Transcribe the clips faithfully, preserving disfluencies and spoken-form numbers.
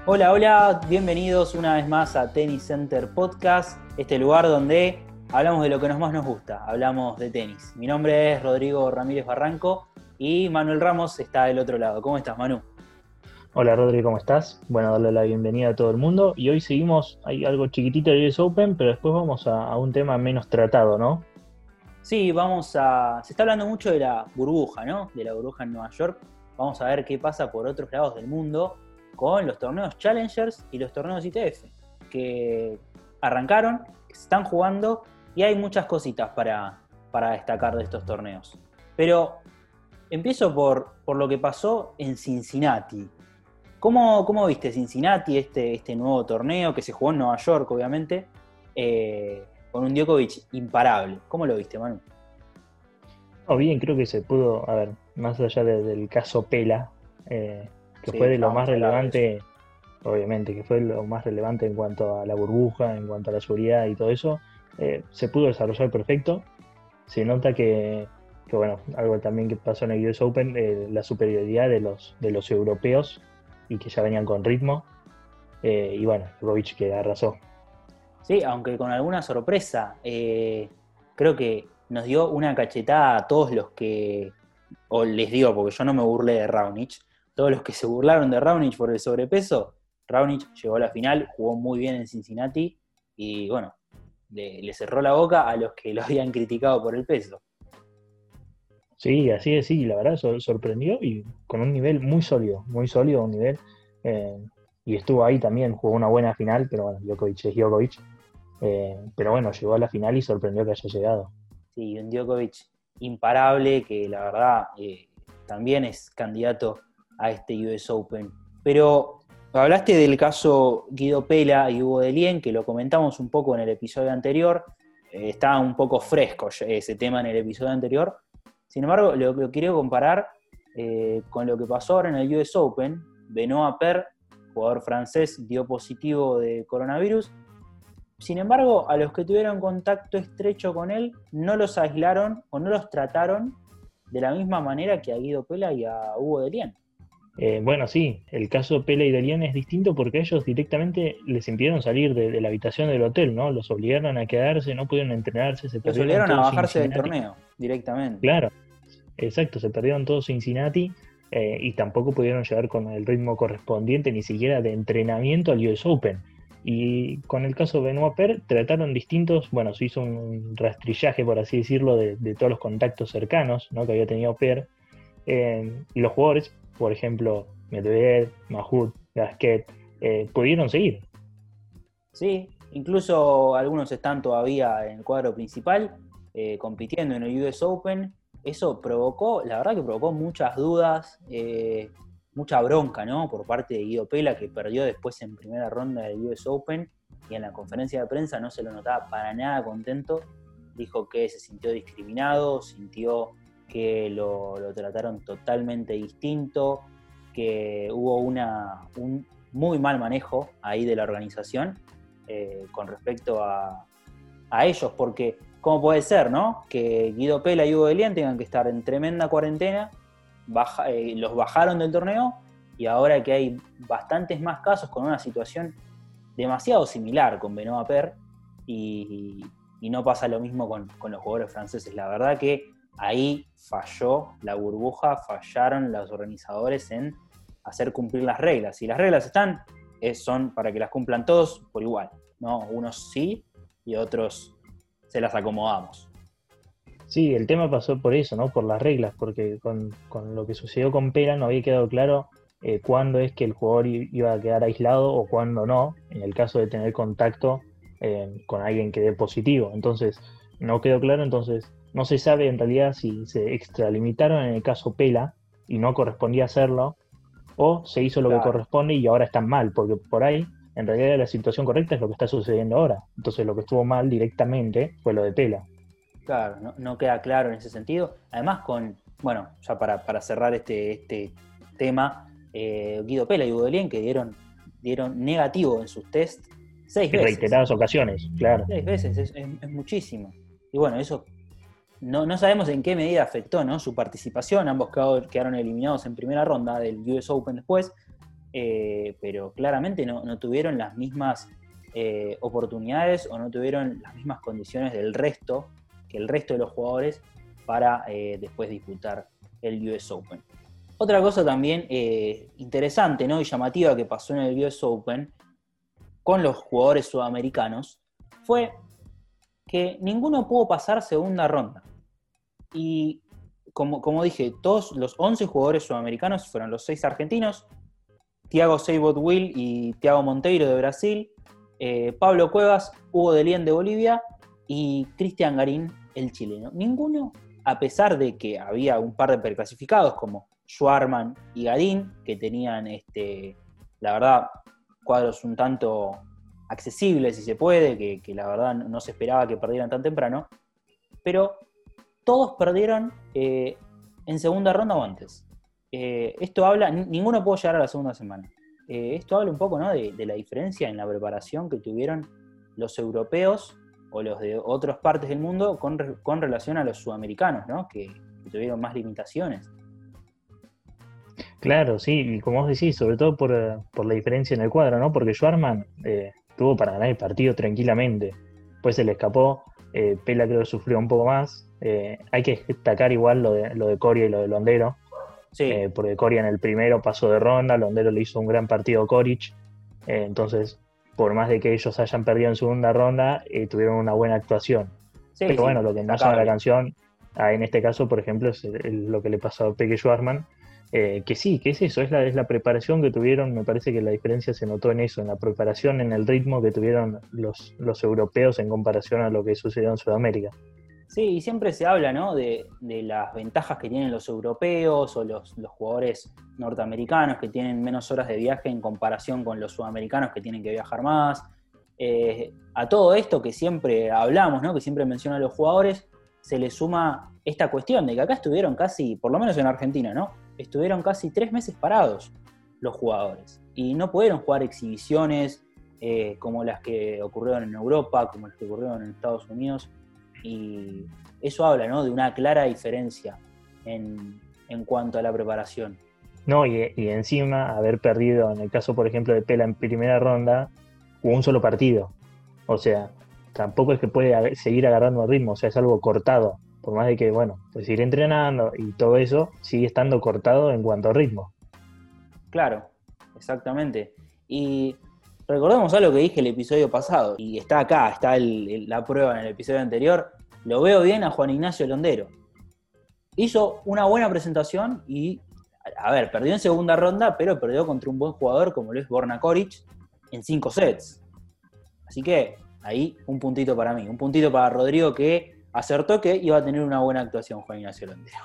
Hola, hola, bienvenidos una vez más a Tennis Center Podcast, este lugar donde hablamos de lo que nos más nos gusta, hablamos de tenis. Mi nombre es Rodrigo Ramírez Barranco y Manuel Ramos está del otro lado. ¿Cómo estás, Manu? Hola Rodri, ¿cómo estás? Bueno, darle la bienvenida a todo el mundo y hoy seguimos, hay algo chiquitito del U S Open, pero después vamos a, a un tema menos tratado, ¿no? Sí, vamos a... Se está hablando mucho de la burbuja, ¿no? De la burbuja en Nueva York. Vamos a ver qué pasa por otros lados del mundo con los torneos Challengers y los torneos I T F, que arrancaron, que se están jugando y hay muchas cositas para, para destacar de estos torneos. Pero empiezo por, por lo que pasó en Cincinnati. ¿Cómo, cómo viste Cincinnati, este, este nuevo torneo que se jugó en Nueva York, obviamente, eh, con un Djokovic imparable? ¿Cómo lo viste, Manu? No, bien, creo que se pudo, a ver, más allá de- del caso Pela, eh, que Sí, fue de ya lo más vamos a hablar de eso. relevante, obviamente, que fue lo más relevante en cuanto a la burbuja, en cuanto a la seguridad y todo eso, eh, se pudo desarrollar perfecto. Se nota que, que, bueno, algo también que pasó en el U S Open, eh, la superioridad de los, de los europeos y que ya venían con ritmo. Eh, y bueno, Djokovic que arrasó. Sí, aunque con alguna sorpresa, eh, creo que nos dio una cachetada a todos los que, o les digo porque yo no me burlé de Raonic, todos los que se burlaron de Raonic por el sobrepeso. Raonic llegó a la final, jugó muy bien en Cincinnati y bueno, le, le cerró la boca a los que lo habían criticado por el peso. Sí, así es, sí, la verdad sor- sorprendió y con un nivel muy sólido, muy sólido, un nivel. eh, y estuvo ahí también, jugó una buena final, pero bueno, Djokovic es Djokovic. eh, pero bueno, llegó a la final y sorprendió que haya llegado. Sí, un Djokovic imparable que la verdad eh, también es candidato a este U S Open. Pero hablaste del caso Guido Pella y Hugo Dellien, que lo comentamos un poco en el episodio anterior. Eh, estaba un poco fresco ese tema en el episodio anterior. Sin embargo, lo, lo quiero comparar eh, con lo que pasó ahora en el U S Open. Benoît Paire, jugador francés, dio positivo de coronavirus. Sin embargo, a los que tuvieron contacto estrecho con él, no los aislaron o no los trataron de la misma manera que a Guido Pella y a Hugo Dellien. Eh, bueno, sí, el caso Pele y Delian es distinto porque ellos directamente les impidieron salir de, de la habitación del hotel, ¿no? Los obligaron a quedarse, no pudieron entrenarse, se Los perdieron obligaron a todo bajarse del Cincinnati. torneo directamente. Claro, exacto, se perdieron todo Cincinnati eh, y tampoco pudieron llegar con el ritmo correspondiente ni siquiera de entrenamiento al U S Open. Y con el caso de Benoît Paire trataron distintos, bueno, se hizo un rastrillaje, por así decirlo, de, de todos los contactos cercanos, ¿no?, que había tenido Paire. Eh, y los jugadores, por ejemplo, Medvedev, Mahut, Gasquet, eh, pudieron seguir. Sí, incluso algunos están todavía en el cuadro principal, eh, compitiendo en el U S Open. Eso provocó, la verdad que provocó muchas dudas, eh, mucha bronca, ¿no? Por parte de Guido Pella, que perdió después en primera ronda del U S Open y en la conferencia de prensa no se lo notaba para nada contento. Dijo que se sintió discriminado, sintió que lo, lo trataron totalmente distinto, que hubo una, un muy mal manejo ahí de la organización eh, con respecto a, a ellos, porque ¿cómo puede ser, no? Que Guido Pella y Hugo Dellien tengan que estar en tremenda cuarentena, baja, eh, los bajaron del torneo y ahora que hay bastantes más casos con una situación demasiado similar con Benoît Paire y, y no pasa lo mismo con, con los jugadores franceses. La verdad que ahí falló la burbuja, fallaron los organizadores en hacer cumplir las reglas. Si las reglas están, es, son para que las cumplan todos por igual, ¿no? Unos sí y otros se las acomodamos. Sí, el tema pasó por eso, ¿no? Por las reglas, porque con, con lo que sucedió con Pera no había quedado claro eh, cuándo es que el jugador i- iba a quedar aislado o cuándo no, en el caso de tener contacto eh, con alguien que dé positivo. Entonces, no quedó claro, entonces no se sabe en realidad si se extralimitaron en el caso Pela y no correspondía hacerlo, o se hizo lo que Claro, corresponde y ahora están mal, porque por ahí en realidad la situación correcta es lo que está sucediendo ahora. Entonces, lo que estuvo mal directamente fue lo de Pela. claro, no, no queda claro en ese sentido. Además con, bueno, ya para, para cerrar este, este tema, eh, Guido Pella y Hugo Dellien que dieron, dieron negativo en sus test seis Y veces. reiteradas ocasiones, claro. Seis veces, es, es, es muchísimo. Y bueno, eso no, no sabemos en qué medida afectó, ¿no?, su participación. Ambos quedaron eliminados en primera ronda del U S Open después. eh, pero claramente no, no tuvieron las mismas eh, oportunidades o no tuvieron las mismas condiciones del resto, que el resto de los jugadores para eh, después disputar el U S Open. Otra cosa también eh, interesante, ¿no?, y llamativa que pasó en el U S Open con los jugadores sudamericanos fue que ninguno pudo pasar segunda ronda. Y como, como dije, todos los once jugadores sudamericanos fueron los seis argentinos, Thiago Seyboth Will y Thiago Monteiro de Brasil, eh, Pablo Cuevas, Hugo Dellien de Bolivia y Cristian Garín, el chileno. Ninguno, a pesar de que había un par de preclasificados como Schwarman y Garín, que tenían, este, la verdad, cuadros un tanto accesibles, si se puede, que, que la verdad no se esperaba que perdieran tan temprano, pero todos perdieron eh, en segunda ronda o antes. Eh, esto habla, ninguno pudo llegar a la segunda semana. Eh, esto habla un poco, ¿no?, de, de la diferencia en la preparación que tuvieron los europeos o los de otras partes del mundo con, con relación a los sudamericanos, ¿no?, que, que tuvieron más limitaciones. Claro, sí, y como vos decís, sobre todo por, eh, por la diferencia en el cuadro, ¿no? Porque Schwarman eh, tuvo para ganar el partido tranquilamente. Después se le escapó, eh, Pela creo que sufrió un poco más. Eh, hay que destacar igual lo de, lo de Coria y lo de Londero, Sí. eh, porque Coria en el primero pasó de ronda, Londero le hizo un gran partido a Coric, eh, entonces por más de que ellos hayan perdido en segunda ronda, eh, tuvieron una buena actuación. Sí, Pero sí, bueno, lo que más llama la destacable. canción, ah, en este caso, por ejemplo, es el- el- lo que le pasó a Peque Schwarman, eh, que sí, que es eso, es la, es la preparación que tuvieron. Me parece que la diferencia se notó en eso, en la preparación, en el ritmo que tuvieron los, los europeos en comparación a lo que sucedió en Sudamérica. Sí, y siempre se habla, ¿no?, de, de las ventajas que tienen los europeos o los, los jugadores norteamericanos que tienen menos horas de viaje en comparación con los sudamericanos que tienen que viajar más. Eh, a todo esto que siempre hablamos, ¿no?, que siempre mencionan los jugadores, se le suma esta cuestión de que acá estuvieron casi, por lo menos en Argentina, ¿no?, estuvieron casi tres meses parados los jugadores y no pudieron jugar exhibiciones eh, como las que ocurrieron en Europa, como las que ocurrieron en Estados Unidos. Y eso habla, ¿no?, de una clara diferencia en, en cuanto a la preparación. No, y, y encima haber perdido, en el caso, por ejemplo, de Pela en primera ronda, jugó un solo partido. O sea, tampoco es que puede ag- seguir agarrando el ritmo, o sea, es algo cortado. Por más de que, bueno, pues ir entrenando y todo eso, sigue estando cortado en cuanto a ritmo. Claro, exactamente. Y recordemos algo que dije el episodio pasado, y está acá, está el- el- la prueba en el episodio anterior. Lo veo bien a Juan Ignacio Londero. Hizo una buena presentación y, a ver, perdió en segunda ronda, pero perdió contra un buen jugador como lo es Borna Koric en cinco sets. Así que ahí un puntito para mí, un puntito para Rodrigo, que acertó que iba a tener una buena actuación Juan Ignacio Londero.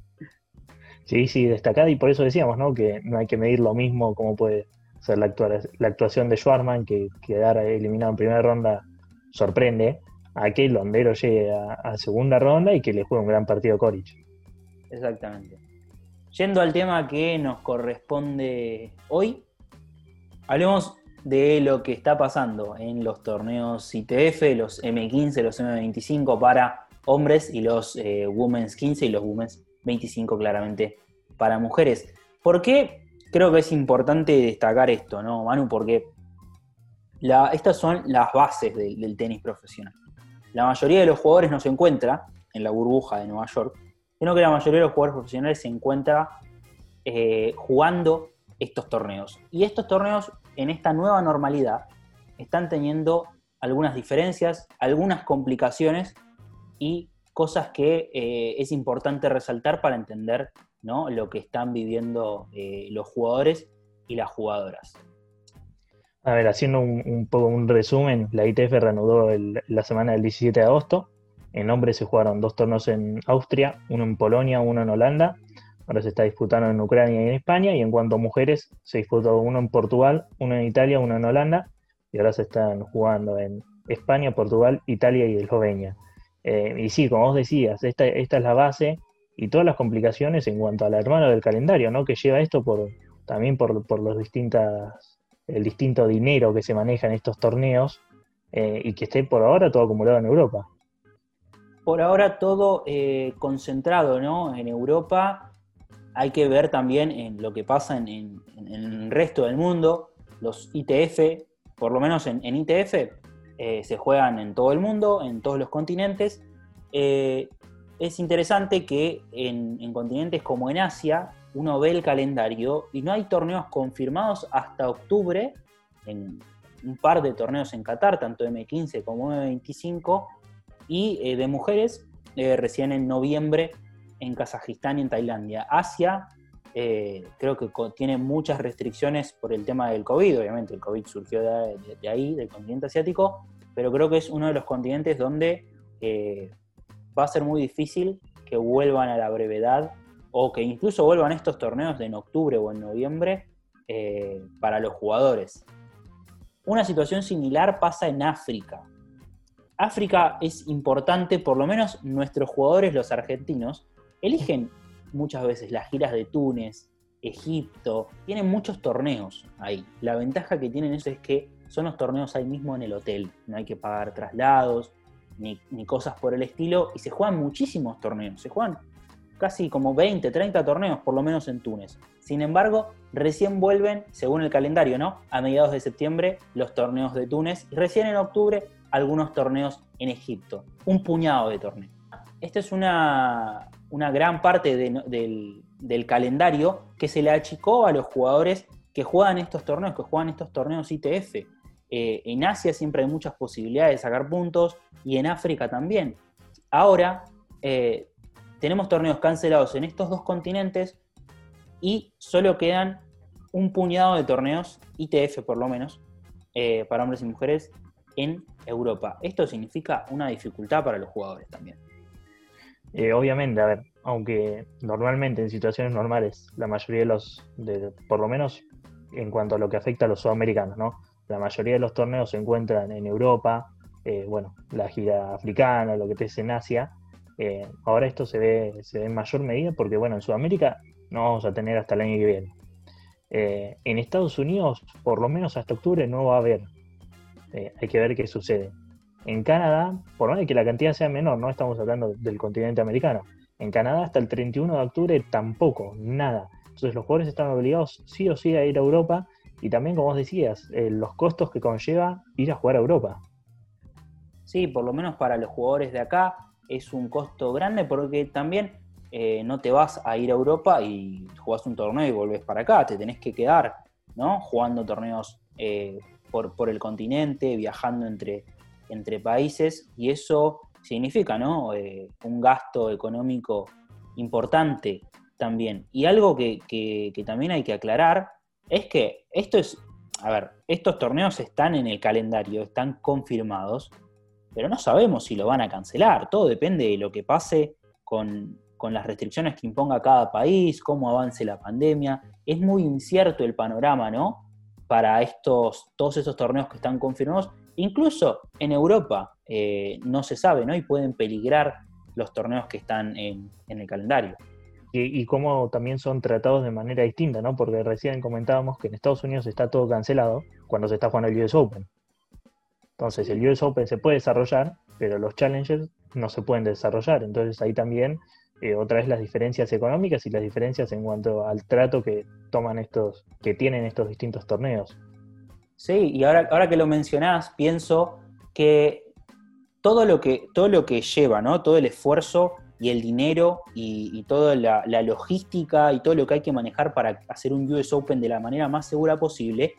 Sí, sí, destacada, y por eso decíamos, ¿no?, que no hay que medir lo mismo como puede ser la, actua- la actuación de Schwarman, que quedar eliminado en primera ronda sorprende, a que Londero llegue a, a segunda ronda y que le juegue un gran partido a Coric. Exactamente. Yendo al tema que nos corresponde hoy, hablemos de lo que está pasando en los torneos I T F, los eme quince, los eme veinticinco para hombres y los eh, Women's quince y los Women's veinticinco claramente para mujeres. ¿Por qué creo que es importante destacar esto, no, Manu? Porque la, estas son las bases de, del tenis profesional. La mayoría de los jugadores no se encuentra en la burbuja de Nueva York, sino que la mayoría de los jugadores profesionales se encuentra eh, jugando estos torneos. Y estos torneos, en esta nueva normalidad, están teniendo algunas diferencias, algunas complicaciones y cosas que eh, es importante resaltar para entender, ¿no?, lo que están viviendo eh, los jugadores y las jugadoras. A ver, haciendo un, un poco un resumen, la I T F reanudó el- la semana del diecisiete de agosto. En hombres se jugaron dos torneos en Austria, uno en Polonia, uno en Holanda. Ahora se está disputando en Ucrania y en España. Y en cuanto a mujeres, se disputó uno en Portugal, uno en Italia, uno en Holanda. Y ahora se están jugando en España, Portugal, Italia y Eslovenia. Eh, y sí, como vos decías, esta, esta es la base y todas las complicaciones en cuanto a la hermana del calendario, ¿no?, que lleva esto por, también por, por los distintas, el distinto dinero que se maneja en estos torneos, eh, y que esté por ahora todo acumulado en Europa. Por ahora todo eh, concentrado, ¿no?, en Europa, hay que ver también en lo que pasa en, en, en el resto del mundo. Los I T F, por lo menos en, en I T F, eh, se juegan en todo el mundo, en todos los continentes. Eh, es interesante que en, en continentes como en Asia, uno ve el calendario y no hay torneos confirmados hasta octubre, en un par de torneos en Qatar, tanto eme quince como eme veinticinco, y eh, de mujeres eh, recién en noviembre en Kazajistán y en Tailandia. Asia eh, creo que tiene muchas restricciones por el tema del COVID, obviamente el COVID surgió de, de, de ahí, del continente asiático, pero creo que es uno de los continentes donde eh, va a ser muy difícil que vuelvan a la brevedad o que incluso vuelvan estos torneos de en octubre o en noviembre eh, para los jugadores. Una situación similar pasa en África. África es importante, por lo menos nuestros jugadores, los argentinos, eligen muchas veces las giras de Túnez, Egipto, tienen muchos torneos ahí. La ventaja que tienen eso es que son los torneos ahí mismo en el hotel, no hay que pagar traslados, ni, ni cosas por el estilo, y se juegan muchísimos torneos, se juegan casi como veinte, treinta torneos, por lo menos en Túnez. Sin embargo, recién vuelven, según el calendario, ¿no?, a mediados de septiembre, los torneos de Túnez, y recién en octubre, algunos torneos en Egipto. Un puñado de torneos. Esta es una, una gran parte de, del, del calendario que se le achicó a los jugadores que juegan estos torneos, que juegan estos torneos I T F. Eh, en Asia siempre hay muchas posibilidades de sacar puntos, y en África también. Ahora, eh, tenemos torneos cancelados en estos dos continentes y solo quedan un puñado de torneos, I T F por lo menos, eh, para hombres y mujeres en Europa. Esto significa una dificultad para los jugadores también. Eh, obviamente, a ver, aunque normalmente en situaciones normales, la mayoría de los, de, por lo menos en cuanto a lo que afecta a los sudamericanos, ¿no?, la mayoría de los torneos se encuentran en Europa, eh, bueno, la gira africana, lo que es en Asia. Eh, ahora esto se ve, se ve en mayor medida porque, bueno, en Sudamérica no vamos a tener hasta el año que viene. Eh, en Estados Unidos, por lo menos hasta octubre, no va a haber. Eh, hay que ver qué sucede. En Canadá, por más que la cantidad sea menor, no estamos hablando del continente americano. En Canadá hasta el treinta y uno de octubre tampoco, nada. Entonces los jugadores están obligados sí o sí a ir a Europa, y también, como vos decías, eh, los costos que conlleva ir a jugar a Europa. Sí, por lo menos para los jugadores de acá es un costo grande porque también eh, no te vas a ir a Europa y jugás un torneo y volvés para acá, te tenés que quedar, ¿no?, jugando torneos eh, por, por el continente, viajando entre, entre países, y eso significa, ¿no?, eh, un gasto económico importante también. Y algo que, que, que también hay que aclarar es que esto es, a ver, estos torneos están en el calendario, están confirmados, pero no sabemos si lo van a cancelar. Todo depende de lo que pase con, con las restricciones que imponga cada país, cómo avance la pandemia. Es muy incierto el panorama, ¿no?, para estos, todos esos torneos que están confirmados. Incluso en Europa eh, no se sabe, ¿no?, y pueden peligrar los torneos que están en, en el calendario. Y, y cómo también son tratados de manera distinta, ¿no? Porque recién comentábamos que en Estados Unidos está todo cancelado cuando se está jugando el U S Open. Entonces el U S Open se puede desarrollar, pero los Challengers no se pueden desarrollar. Entonces ahí también eh, otra vez las diferencias económicas y las diferencias en cuanto al trato que toman estos, que tienen estos distintos torneos. Sí, y ahora, ahora que lo mencionás, pienso que todo lo que, todo lo que lleva, ¿no?, todo el esfuerzo y el dinero y, y toda la, la logística y todo lo que hay que manejar para hacer un U S Open de la manera más segura posible,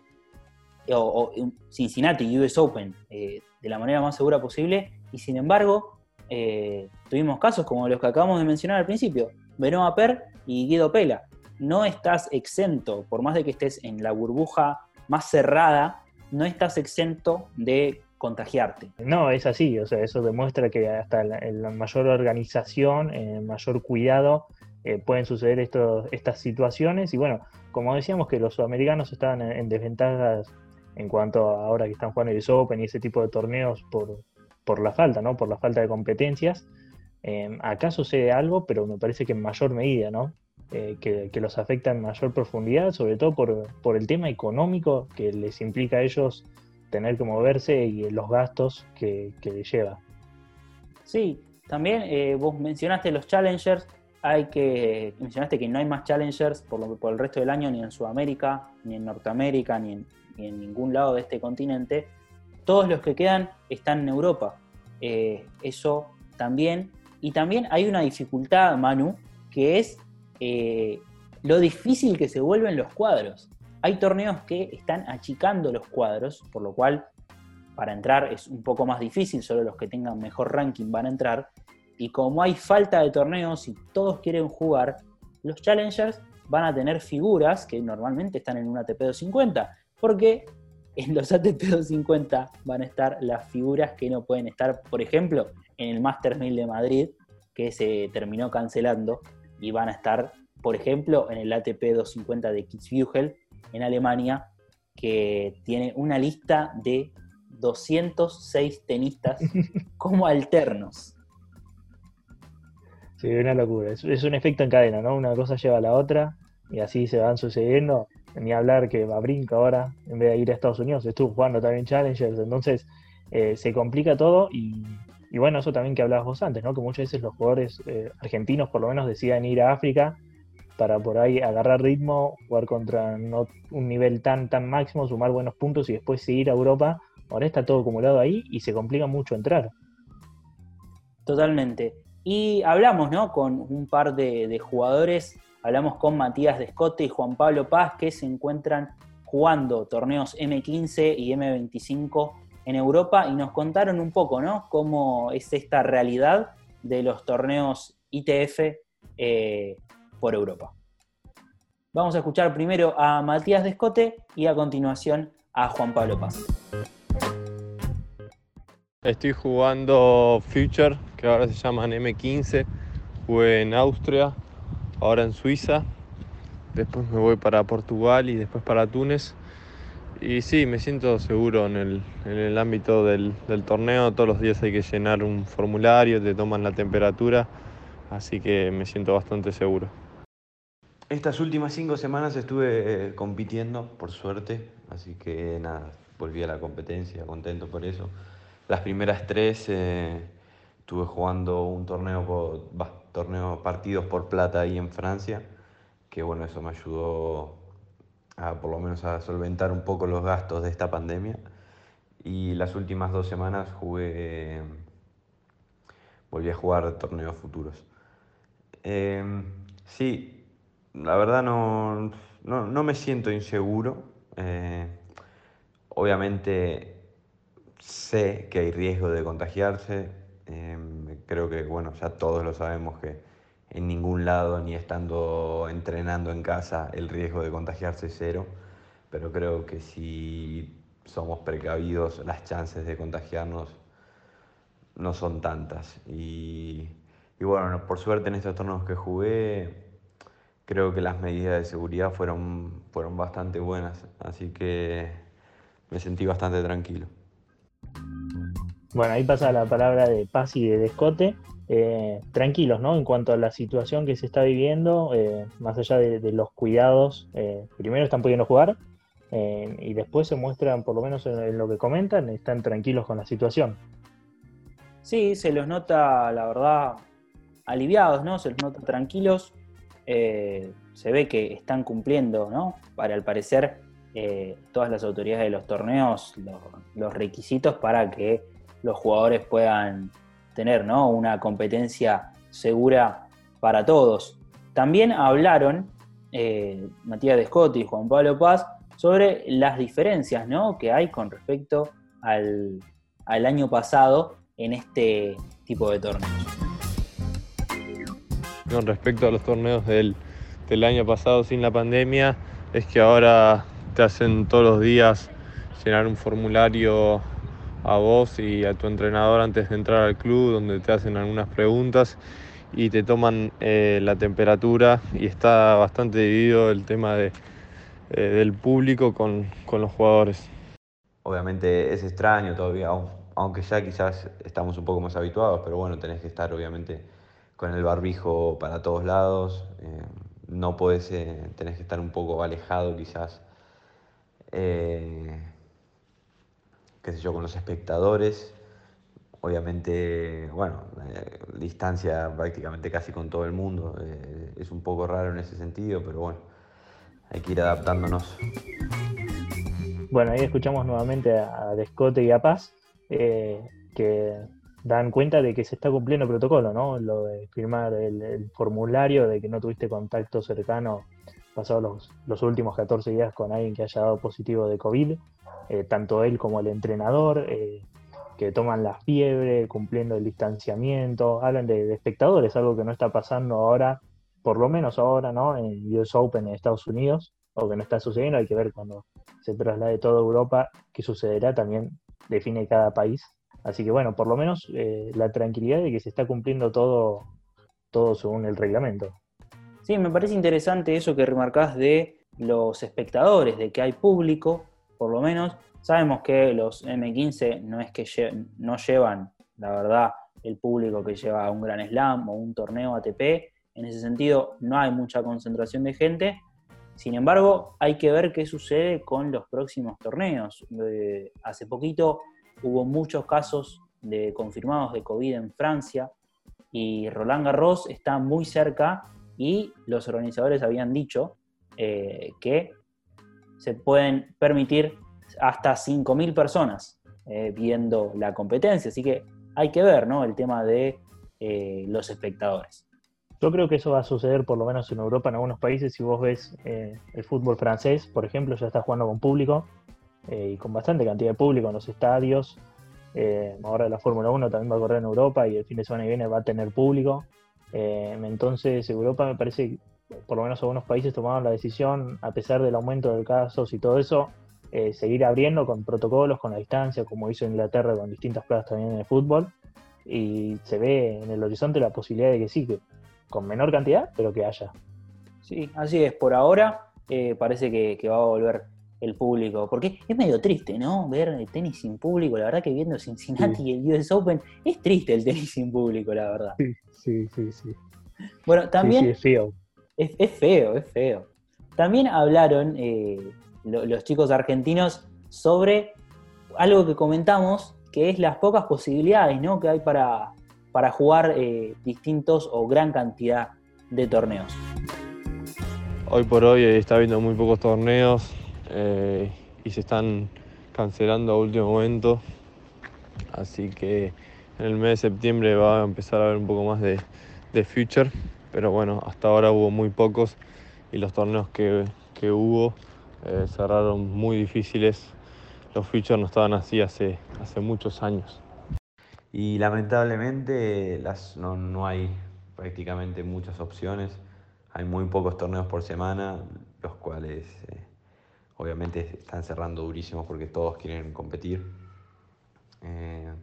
o, o Cincinnati U S Open eh, de la manera más segura posible, y sin embargo eh, tuvimos casos como los que acabamos de mencionar al principio, Benoit Paire y Guido Pella. No estás exento, por más de que estés en la burbuja más cerrada, no estás exento de contagiarte. No, es así, o sea, eso demuestra que hasta la, en la mayor organización, en el mayor cuidado, eh, pueden suceder estos, estas situaciones. Y bueno, como decíamos que los sudamericanos estaban en, en desventajas en cuanto a ahora que están jugando el U S Open y ese tipo de torneos por, por la falta, ¿no?, por la falta de competencias. Eh, acá sucede algo, pero me parece que en mayor medida, ¿no?, eh, que, que los afecta en mayor profundidad, sobre todo por, por el tema económico que les implica a ellos tener que moverse y los gastos que, que lleva. Sí, también eh, vos mencionaste los Challengers. hay que, mencionaste que no hay más Challengers por, lo, por el resto del año, ni en Sudamérica, ni en Norteamérica, ni en, ni en ningún lado de este continente. Todos los que quedan están en Europa. Eh, eso también. Y también hay una dificultad, Manu, que es eh, lo difícil que se vuelven los cuadros. Hay torneos que están achicando los cuadros, por lo cual para entrar es un poco más difícil, solo los que tengan mejor ranking van a entrar. Y como hay falta de torneos y todos quieren jugar, los Challengers van a tener figuras que normalmente están en un A T P doscientos cincuenta, porque en los A T P doscientos cincuenta van a estar las figuras que no pueden estar, por ejemplo, en el Masters mil de Madrid, que se terminó cancelando, y van a estar, por ejemplo, en el A T P doscientos cincuenta de Kitzbühel, en Alemania, que tiene una lista de doscientos seis tenistas como alternos. Sí, una locura. Es, es un efecto en cadena, ¿no? Una cosa lleva a la otra y así se van sucediendo. Ni hablar que Wawrinka ahora, en vez de ir a Estados Unidos, estuvo jugando también Challengers. Entonces eh, se complica todo y, y bueno, eso también que hablabas vos antes, ¿no? Que muchas veces los jugadores eh, argentinos por lo menos deciden ir a África para por ahí agarrar ritmo, jugar contra no un nivel tan, tan máximo, sumar buenos puntos y después seguir a Europa. Ahora está todo acumulado ahí y se complica mucho entrar. Totalmente. Y hablamos, ¿no?, con un par de, de jugadores, hablamos con Matías Descote y Juan Pablo Paz, que se encuentran jugando torneos eme quince y eme veinticinco en Europa, y nos contaron un poco, ¿no?, cómo es esta realidad de los torneos I T F eh, por Europa. Vamos a escuchar primero a Matías Descote y a continuación a Juan Pablo Paz. Estoy jugando Future, que ahora se llaman eme quince. Jugué en Austria, ahora en Suiza. Después me voy para Portugal y después para Túnez. Y sí, me siento seguro en el, en el ámbito del, del torneo. Todos los días hay que llenar un formulario, te toman la temperatura. Así que me siento bastante seguro. Estas últimas cinco semanas estuve eh, compitiendo, por suerte. Así que nada, volví a la competencia, contento por eso. Las primeras tres eh, estuve jugando un torneo, por, bah, torneo partidos por plata ahí en Francia, que bueno, eso me ayudó a por lo menos a solventar un poco los gastos de esta pandemia. Y las últimas dos semanas jugué, eh, volví a jugar torneos futuros. Eh, sí, la verdad no, no, no me siento inseguro. Eh, obviamente sé que hay riesgo de contagiarse. Eh, creo que, bueno, ya todos lo sabemos que en ningún lado, ni estando entrenando en casa, el riesgo de contagiarse es cero. Pero creo que si somos precavidos, las chances de contagiarnos no son tantas. Y, y bueno, por suerte en estos torneos que jugué, creo que las medidas de seguridad fueron, fueron bastante buenas. Así que me sentí bastante tranquilo. Bueno, ahí pasa la palabra de Paz y de Descote. Eh, tranquilos, ¿no? En cuanto a la situación que se está viviendo, eh, más allá de, de los cuidados, eh, primero están pudiendo jugar eh, y después se muestran, por lo menos en, en lo que comentan, están tranquilos con la situación. Sí, se los nota, la verdad, aliviados, ¿no? Se los nota tranquilos. Eh, se ve que están cumpliendo, ¿no? Para al parecer, eh, todas las autoridades de los torneos, lo, los requisitos para que los jugadores puedan tener, ¿no?, una competencia segura para todos. También hablaron eh, Matías Descote y Juan Pablo Paz sobre las diferencias, ¿no?, que hay con respecto al, al año pasado en este tipo de torneos. Con respecto a los torneos del, del año pasado sin la pandemia, es que ahora te hacen todos los días llenar un formulario a vos y a tu entrenador antes de entrar al club, donde te hacen algunas preguntas y te toman eh, la temperatura, y está bastante dividido el tema de, eh, del público con, con los jugadores. Obviamente es extraño todavía, aunque ya quizás estamos un poco más habituados, pero bueno, tenés que estar obviamente con el barbijo para todos lados. Eh, no podés, eh, tenés que estar un poco alejado quizás, eh, qué sé yo, con los espectadores. obviamente, bueno, eh, distancia prácticamente casi con todo el mundo. Eh, es un poco raro en ese sentido, pero bueno, hay que ir adaptándonos. Bueno, ahí escuchamos nuevamente a Descote y a Paz, eh, que dan cuenta de que se está cumpliendo el protocolo, ¿no? Lo de firmar el, el formulario de que no tuviste contacto cercano pasados los, los últimos catorce días con alguien que haya dado positivo de COVID, eh, tanto él como el entrenador, eh, que toman la fiebre, cumpliendo el distanciamiento, hablan de, de espectadores, algo que no está pasando ahora, por lo menos ahora, ¿no? En U S Open en Estados Unidos, o que no está sucediendo, hay que ver cuando se traslade toda Europa qué sucederá, también define cada país. Así que bueno, por lo menos eh, la tranquilidad de que se está cumpliendo todo, todo según el reglamento. Sí, me parece interesante eso que remarcás de los espectadores, de que hay público, por lo menos. Sabemos que los eme quince no es que lle- no llevan, la verdad, el público que lleva un Grand Slam o un torneo A T P. En ese sentido, no hay mucha concentración de gente. Sin embargo, hay que ver qué sucede con los próximos torneos. Eh, hace poquito hubo muchos casos de confirmados de COVID en Francia y Roland Garros está muy cerca y los organizadores habían dicho eh, que se pueden permitir hasta cinco mil personas eh, viendo la competencia. Así que hay que ver, ¿no?, el tema de eh, los espectadores. Yo creo que eso va a suceder por lo menos en Europa, en algunos países. Si vos ves eh, el fútbol francés, por ejemplo, ya está jugando con público eh, y con bastante cantidad de público en los estadios. Eh, ahora la Fórmula uno también va a correr en Europa y el fin de semana que viene va a tener público. Eh, entonces Europa, me parece que por lo menos algunos países tomaron la decisión, a pesar del aumento de casos y todo eso, eh, seguir abriendo con protocolos, con la distancia, como hizo Inglaterra con distintas plazas también en el fútbol. Y se ve en el horizonte la posibilidad de que sí, que con menor cantidad, pero que haya. Sí, así es. Por ahora eh, parece que, que va a volver el público, porque es medio triste, ¿no?, ver el tenis sin público. La verdad que viendo Cincinnati sí. y el U S Open, es triste el tenis sin público, la verdad. Sí, sí, sí. sí. Bueno, también... Sí, sí, es feo. Es, es feo, es feo. También hablaron eh, lo, los chicos argentinos sobre algo que comentamos, que es las pocas posibilidades, ¿no?, que hay para, para jugar eh, distintos o gran cantidad de torneos. Hoy por hoy está habiendo muy pocos torneos eh, y se están cancelando a último momento, así que en el mes de septiembre va a empezar a haber un poco más de, de future, pero bueno, hasta ahora hubo muy pocos y los torneos que, que hubo eh, cerraron muy difíciles. Los futures no estaban así hace, hace muchos años. Y lamentablemente las, no, no hay prácticamente muchas opciones. Hay muy pocos torneos por semana, los cuales eh, obviamente están cerrando durísimos porque todos quieren competir. Eh,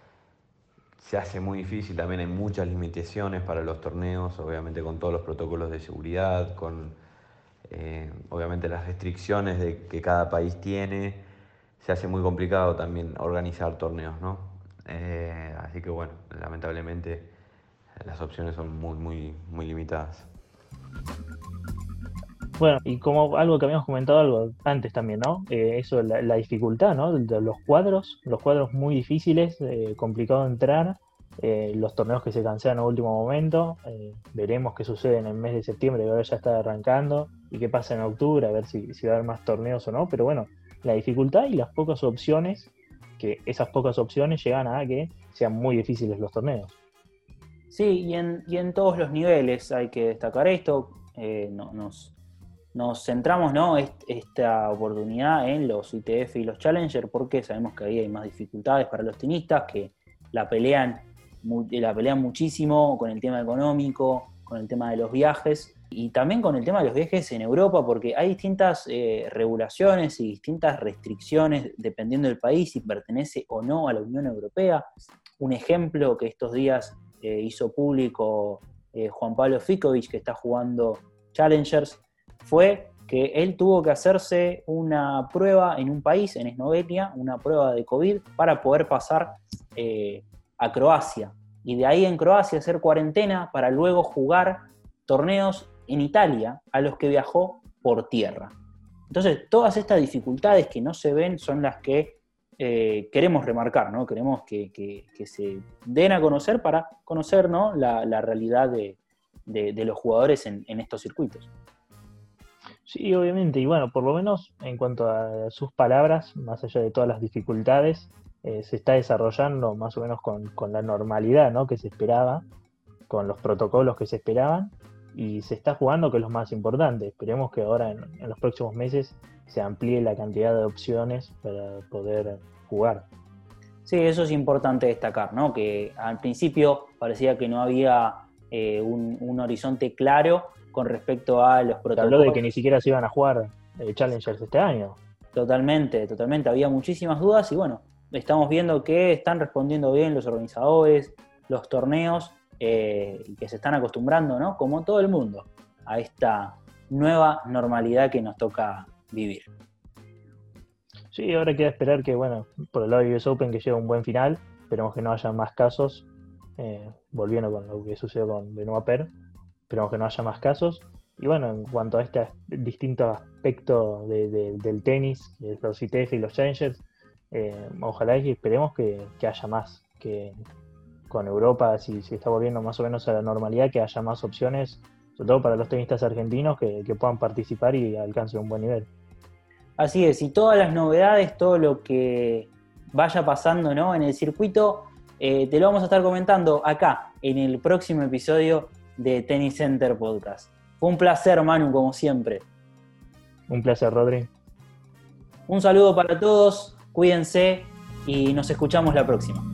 se hace muy difícil, también hay muchas limitaciones para los torneos, obviamente con todos los protocolos de seguridad, con eh, obviamente las restricciones de, que cada país tiene. Se hace muy complicado también organizar torneos, ¿no? Eh, así que bueno, lamentablemente las opciones son muy, muy, muy limitadas. Bueno, y como algo que habíamos comentado algo antes también, ¿no? Eh, eso, la, la dificultad, ¿no?, de los cuadros, los cuadros muy difíciles, eh, complicado de entrar, eh, los torneos que se cancelan a último momento. Eh, veremos qué sucede en el mes de septiembre, que ahora ya está arrancando, y qué pasa en octubre, a ver si, si va a haber más torneos o no. Pero bueno, la dificultad y las pocas opciones, que esas pocas opciones llegan a que sean muy difíciles los torneos. Sí, y en, y en todos los niveles hay que destacar esto. Eh, no, nos, nos centramos, ¿no?, Est, esta oportunidad en los I T F y los Challenger, porque sabemos que ahí hay más dificultades para los tenistas, que la pelean, la pelean muchísimo con el tema económico, con el tema de los viajes, y también con el tema de los viajes en Europa, porque hay distintas eh, regulaciones y distintas restricciones dependiendo del país, si pertenece o no a la Unión Europea. Un ejemplo que estos días eh, hizo público eh, Juan Pablo Ficovich, que está jugando Challengers, fue que él tuvo que hacerse una prueba en un país, en Eslovenia, una prueba de COVID, para poder pasar eh, a Croacia. Y de ahí en Croacia hacer cuarentena para luego jugar torneos en Italia, a los que viajó por tierra. Entonces, todas estas dificultades que no se ven son las que eh, queremos remarcar, ¿no? Queremos que, que, que se den a conocer para conocer, ¿no? la, la realidad de, de, de los jugadores en, en estos circuitos. Sí, obviamente, y bueno, por lo menos en cuanto a sus palabras, más allá de todas las dificultades, eh, se está desarrollando más o menos con, con la normalidad, ¿no? que se esperaba, con los protocolos que se esperaban, y se está jugando, que es lo más importante. Esperemos que ahora en, en los próximos meses se amplíe la cantidad de opciones para poder jugar. Sí, eso es importante destacar, ¿no? Que al principio parecía que no había eh, un, un horizonte claro con respecto a los protocolos. Se habló de que ni siquiera se iban a jugar eh, Challengers este año. Totalmente, totalmente. Había muchísimas dudas y bueno, estamos viendo que están respondiendo bien los organizadores, los torneos, eh, y que se están acostumbrando, ¿no? Como todo el mundo, a esta nueva normalidad que nos toca vivir. Sí, ahora queda esperar que, bueno, por el lado de U S Open que llegue un buen final. Esperemos que no haya más casos, eh, volviendo con lo que sucedió con Benoit Paire. Esperemos que no haya más casos. Y bueno, en cuanto a este distinto aspecto de, de, del tenis, los I T F y los Challengers, eh, ojalá y esperemos que, que haya más, que con Europa, si, si está volviendo más o menos a la normalidad, que haya más opciones, sobre todo para los tenistas argentinos, que, que puedan participar y alcancen un buen nivel. Así es, y todas las novedades, todo lo que vaya pasando, ¿no? en el circuito, eh, te lo vamos a estar comentando acá, en el próximo episodio de Tennis Center Podcast. Fue un placer, Manu, como siempre. Un placer, Rodri. Un saludo para todos, cuídense y nos escuchamos la próxima.